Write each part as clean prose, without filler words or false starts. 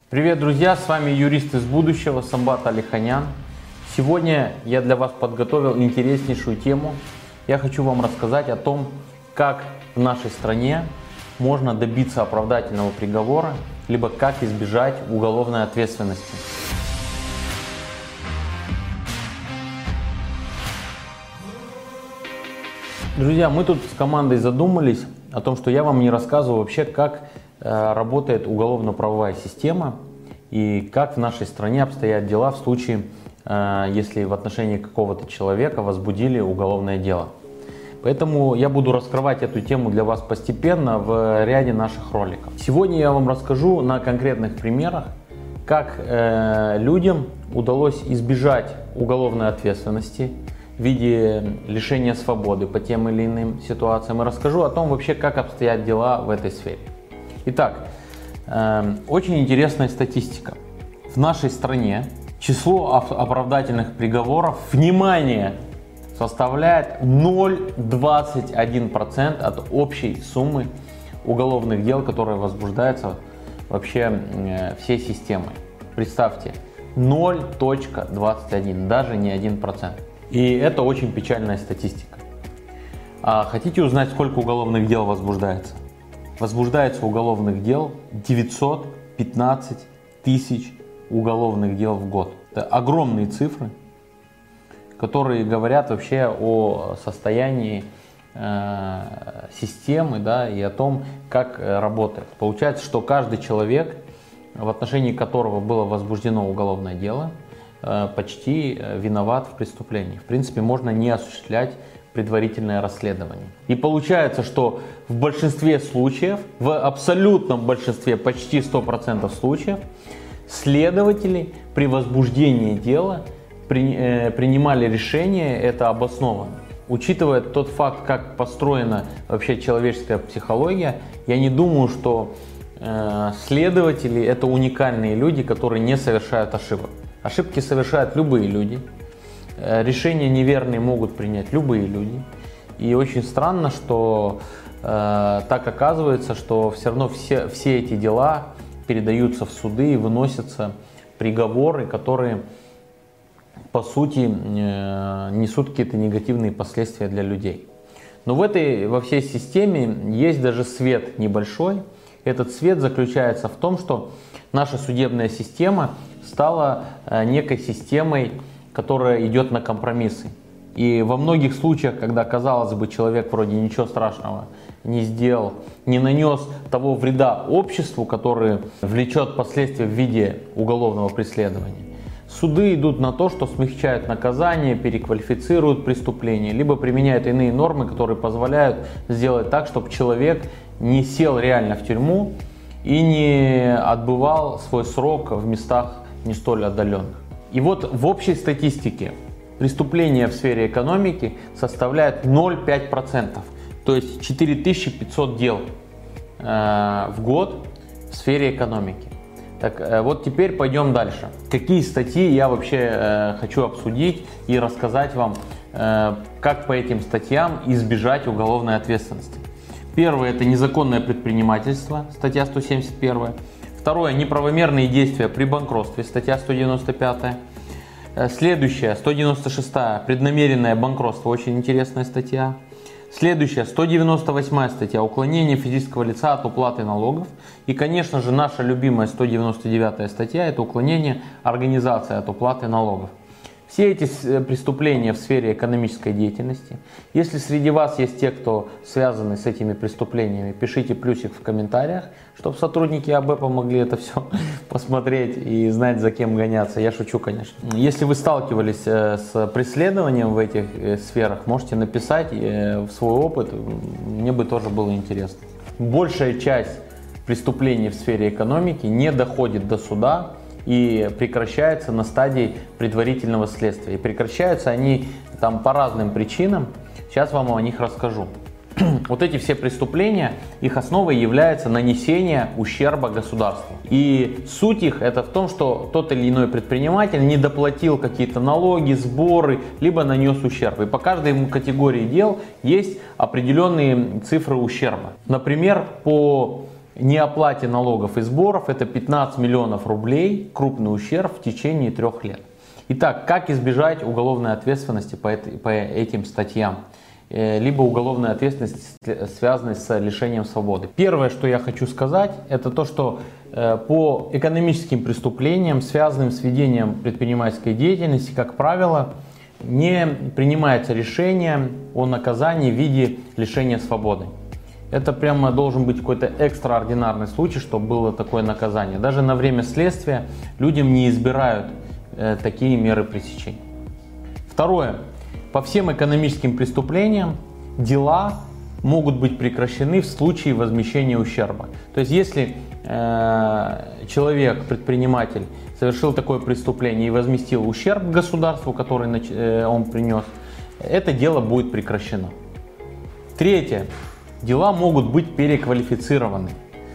Привет, друзья! С вами юрист из будущего Самбат Алиханян. Сегодня я для вас подготовил интереснейшую тему. Я хочу вам рассказать о том, как в нашей стране можно добиться оправдательного приговора, либо как избежать уголовной ответственности. Друзья, мы тут с командой задумались о том, что я вам не рассказываю вообще, как работает уголовно-правовая система и как в нашей стране обстоят дела в случае, если в отношении какого-то человека возбудили уголовное дело. Поэтому я буду раскрывать эту тему для вас постепенно в ряде наших роликов. Сегодня я вам расскажу на конкретных примерах, как людям удалось избежать уголовной ответственности в виде лишения свободы по тем или иным ситуациям. И расскажу о том вообще, как обстоят дела в этой сфере. Итак, очень интересная статистика. В нашей стране число оправдательных приговоров, внимание, составляет 0,21% от общей суммы уголовных дел, которые возбуждаются вообще всей системой. Представьте, 0,21, даже не 1%. И это очень печальная статистика. А хотите узнать, сколько уголовных дел возбуждается? Возбуждается уголовных дел 915 тысяч уголовных дел в год. Это огромные цифры, которые говорят вообще о состоянии системы, да, и о том, как работает. Получается, что каждый человек, в отношении которого было возбуждено уголовное дело, почти виноват в преступлении. В принципе, можно не осуществлять предварительное расследование. И получается, что в большинстве случаев, в абсолютном большинстве, почти 100% случаев, следователи при возбуждении дела принимали решение, это обоснованно. Учитывая тот факт, как построена вообще человеческая психология, я не думаю, что следователи — это уникальные люди, которые не совершают ошибок. Ошибки совершают любые люди. Решения неверные могут принять любые люди. И очень странно, что так оказывается, что все равно все эти дела передаются в суды и выносятся приговоры, которые по сути несут какие-то негативные последствия для людей. Но во всей системе есть даже свет небольшой. Этот свет заключается в том, что наша судебная система стала некой системой, которая идет на компромиссы. И во многих случаях, когда, казалось бы, человек вроде ничего страшного не сделал, не нанес того вреда обществу, который влечет последствия в виде уголовного преследования, суды идут на то, что смягчают наказание, переквалифицируют преступление, либо применяют иные нормы, которые позволяют сделать так, чтобы человек не сел реально в тюрьму и не отбывал свой срок в местах не столь отдаленных. И вот в общей статистике преступления в сфере экономики составляют 0,5%, то есть 4500 дел в год в сфере экономики. Так вот, теперь пойдем дальше. Какие статьи я вообще хочу обсудить и рассказать вам, как по этим статьям избежать уголовной ответственности. Первое — это незаконное предпринимательство, статья 171. Второе — неправомерные действия при банкротстве, статья 195. Следующая, 196, преднамеренное банкротство, очень интересная статья. Следующая, 198 статья, уклонение физического лица от уплаты налогов. И, конечно же, наша любимая 199 статья, это уклонение организации от уплаты налогов. Все эти преступления в сфере экономической деятельности. Если среди вас есть те, кто связаны с этими преступлениями, пишите плюсик в комментариях, чтобы сотрудники АБЭП могли это все посмотреть и знать, за кем гоняться. Я шучу, конечно. Если вы сталкивались с преследованием в этих сферах, можете написать свой опыт, мне бы тоже было интересно. Большая часть преступлений в сфере экономики не доходит до суда и прекращаются на стадии предварительного следствия. И прекращаются они там по разным причинам. Сейчас вам о них расскажу. Вот эти все преступления, их основой является нанесение ущерба государству. И суть их это в том, что тот или иной предприниматель не доплатил какие-то налоги, сборы, либо нанес ущерб. И по каждой категории дел есть определенные цифры ущерба. Например, по неоплате налогов и сборов, это 15 миллионов рублей, крупный ущерб в течение 3 лет. Итак, как избежать уголовной ответственности по этим статьям? Либо уголовной ответственности, связанной с лишением свободы. Первое, что я хочу сказать, это то, что по экономическим преступлениям, связанным с ведением предпринимательской деятельности, как правило, не принимается решение о наказании в виде лишения свободы. Это прямо должен быть какой-то экстраординарный случай, чтобы было такое наказание. Даже на время следствия людям не избирают такие меры пресечения. Второе. По всем экономическим преступлениям дела могут быть прекращены в случае возмещения ущерба. То есть если человек, предприниматель, совершил такое преступление и возместил ущерб государству, который он принес, это дело будет прекращено. Третье. Дела могут быть переквалифицированы.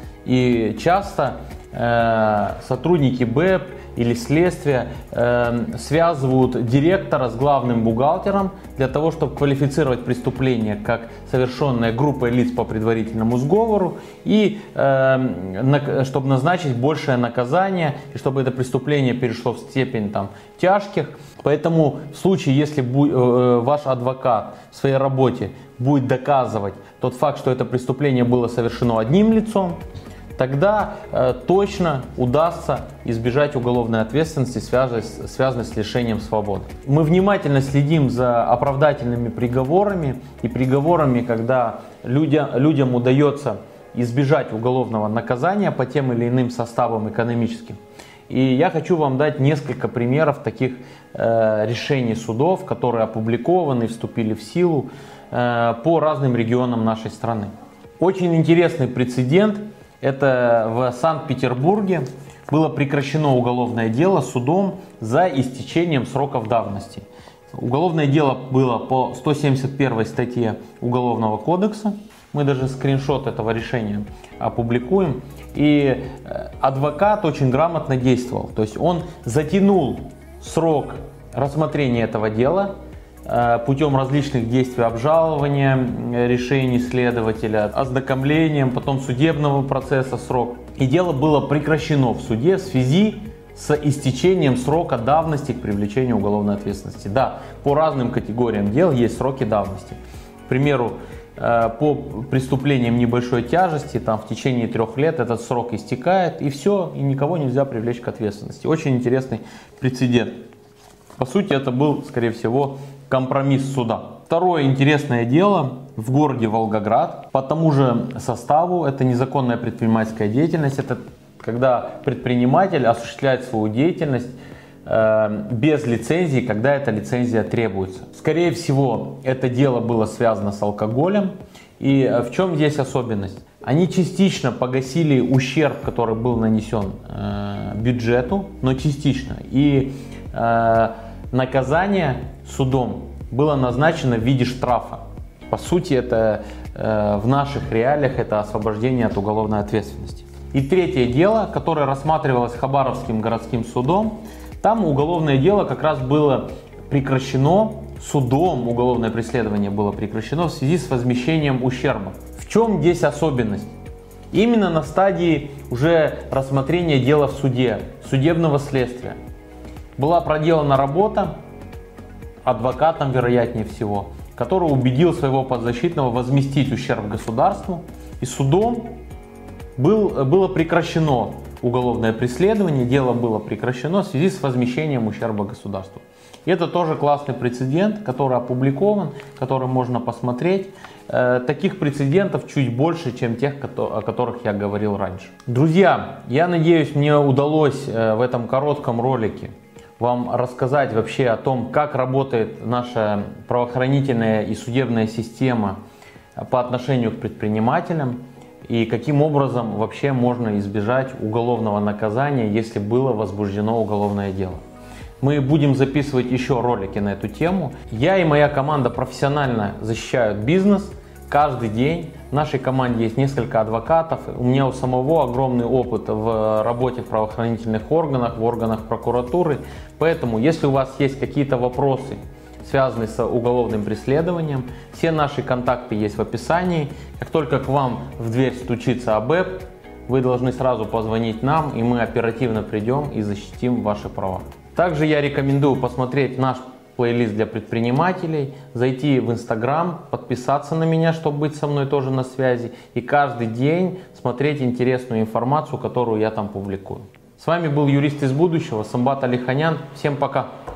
И часто сотрудники БЭП или следствия связывают директора с главным бухгалтером для того, чтобы квалифицировать преступление как совершенное группой лиц по предварительному сговору и чтобы назначить большее наказание и чтобы это преступление перешло в степень тяжких. Поэтому в случае, если ваш адвокат в своей работе будет доказывать тот факт, что это преступление было совершено одним лицом, тогда точно удастся избежать уголовной ответственности, связанной с лишением свободы. Мы внимательно следим за оправдательными приговорами и приговорами, когда людям удается избежать уголовного наказания по тем или иным составам экономическим. И я хочу вам дать несколько примеров таких решений судов, которые опубликованы и вступили в силу по разным регионам нашей страны. Очень интересный прецедент. Это в Санкт-Петербурге было прекращено уголовное дело судом за истечением сроков давности. Уголовное дело было по 171 статье Уголовного кодекса. Мы даже скриншот этого решения опубликуем. И адвокат очень грамотно действовал. То есть он затянул срок рассмотрения этого дела путем различных действий: обжалования решений следователя, ознакомлением, потом судебного процесса срок. И дело было прекращено в суде в связи с истечением срока давности к привлечению уголовной ответственности. Да, по разным категориям дел есть сроки давности. К примеру, по преступлениям небольшой тяжести, в течение 3 лет этот срок истекает, и все, и никого нельзя привлечь к ответственности. Очень интересный прецедент. По сути, это был, скорее всего, компромисс суда. Второе интересное дело в городе Волгоград. По тому же составу это незаконная предпринимательская деятельность. Это когда предприниматель осуществляет свою деятельность без лицензии, когда эта лицензия требуется. Скорее всего, это дело было связано с алкоголем. И в чем здесь особенность? Они частично погасили ущерб, который был нанесен бюджету, но частично. И наказание судом было назначено в виде штрафа. По сути, это в наших реалиях это освобождение от уголовной ответственности. И третье дело, которое рассматривалось Хабаровским городским судом, там уголовное дело как раз было прекращено судом, уголовное преследование было прекращено в связи с возмещением ущерба. В чем здесь особенность? Именно на стадии уже рассмотрения дела в суде, судебного следствия, была проделана работа адвокатом, вероятнее всего, который убедил своего подзащитного возместить ущерб государству, и судом было прекращено уголовное преследование, дело было прекращено в связи с возмещением ущерба государству. И это тоже классный прецедент, который опубликован, который можно посмотреть. Таких прецедентов чуть больше, чем тех, о которых я говорил раньше. Друзья, я надеюсь, мне удалось в этом коротком ролике вам рассказать вообще о том, как работает наша правоохранительная и судебная система по отношению к предпринимателям и каким образом вообще можно избежать уголовного наказания, если было возбуждено уголовное дело. Мы будем записывать еще ролики на эту тему. Я и моя команда профессионально защищают бизнес каждый день. В нашей команде есть несколько адвокатов. У меня у самого огромный опыт в работе в правоохранительных органах, в органах прокуратуры. Поэтому, если у вас есть какие-то вопросы, связанные с уголовным преследованием, все наши контакты есть в описании. Как только к вам в дверь стучится АБЭП, вы должны сразу позвонить нам, и мы оперативно придем и защитим ваши права. Также я рекомендую посмотреть наш плейлист для предпринимателей, зайти в Instagram, подписаться на меня, чтобы быть со мной тоже на связи, и каждый день смотреть интересную информацию, которую я там публикую. С вами был юрист из будущего, Самбат Алиханян. Всем пока!